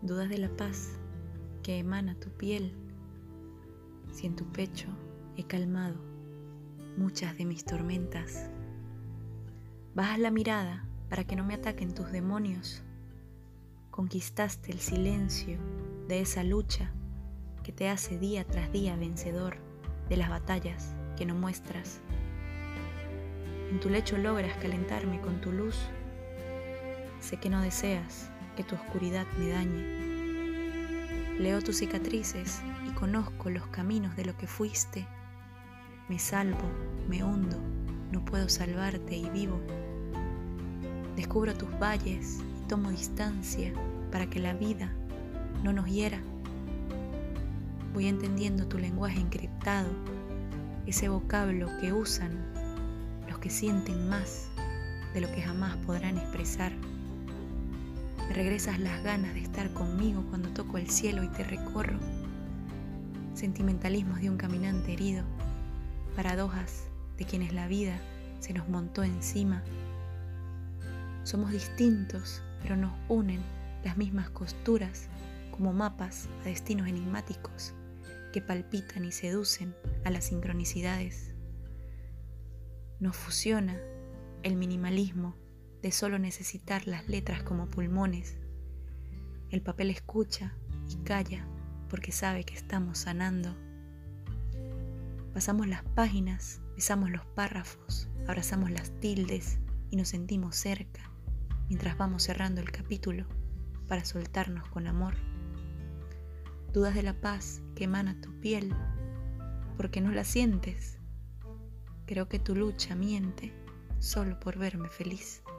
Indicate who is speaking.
Speaker 1: Dudas de la paz que emana tu piel, si en tu pecho he calmado muchas de mis tormentas. Bajas la mirada para que no me ataquen tus demonios. Conquistaste el silencio de esa lucha que te hace día tras día vencedor de las batallas que no muestras. En tu lecho logras calentarme con tu luz. Sé que no deseas que tu oscuridad me dañe. Leo tus cicatrices y conozco los caminos de lo que fuiste. Me salvo, me hundo, no puedo salvarte y vivo. Descubro tus valles y tomo distancia para que la vida no nos hiera. Voy entendiendo tu lenguaje encriptado, ese vocablo que usan los que sienten más de lo que jamás podrán expresar. Me regresas las ganas de estar conmigo cuando toco el cielo y te recorro. Sentimentalismos de un caminante herido, paradojas de quienes la vida se nos montó encima. Somos distintos, pero nos unen las mismas costuras como mapas a destinos enigmáticos que palpitan y seducen a las sincronicidades. Nos fusiona el minimalismo de solo necesitar las letras como pulmones. El papel escucha y calla porque sabe que estamos sanando. Pasamos las páginas, besamos los párrafos, abrazamos las tildes y nos sentimos cerca mientras vamos cerrando el capítulo para soltarnos con amor. Dudas de la paz que emana tu piel porque no la sientes. Creo que tu lucha miente solo por verme feliz.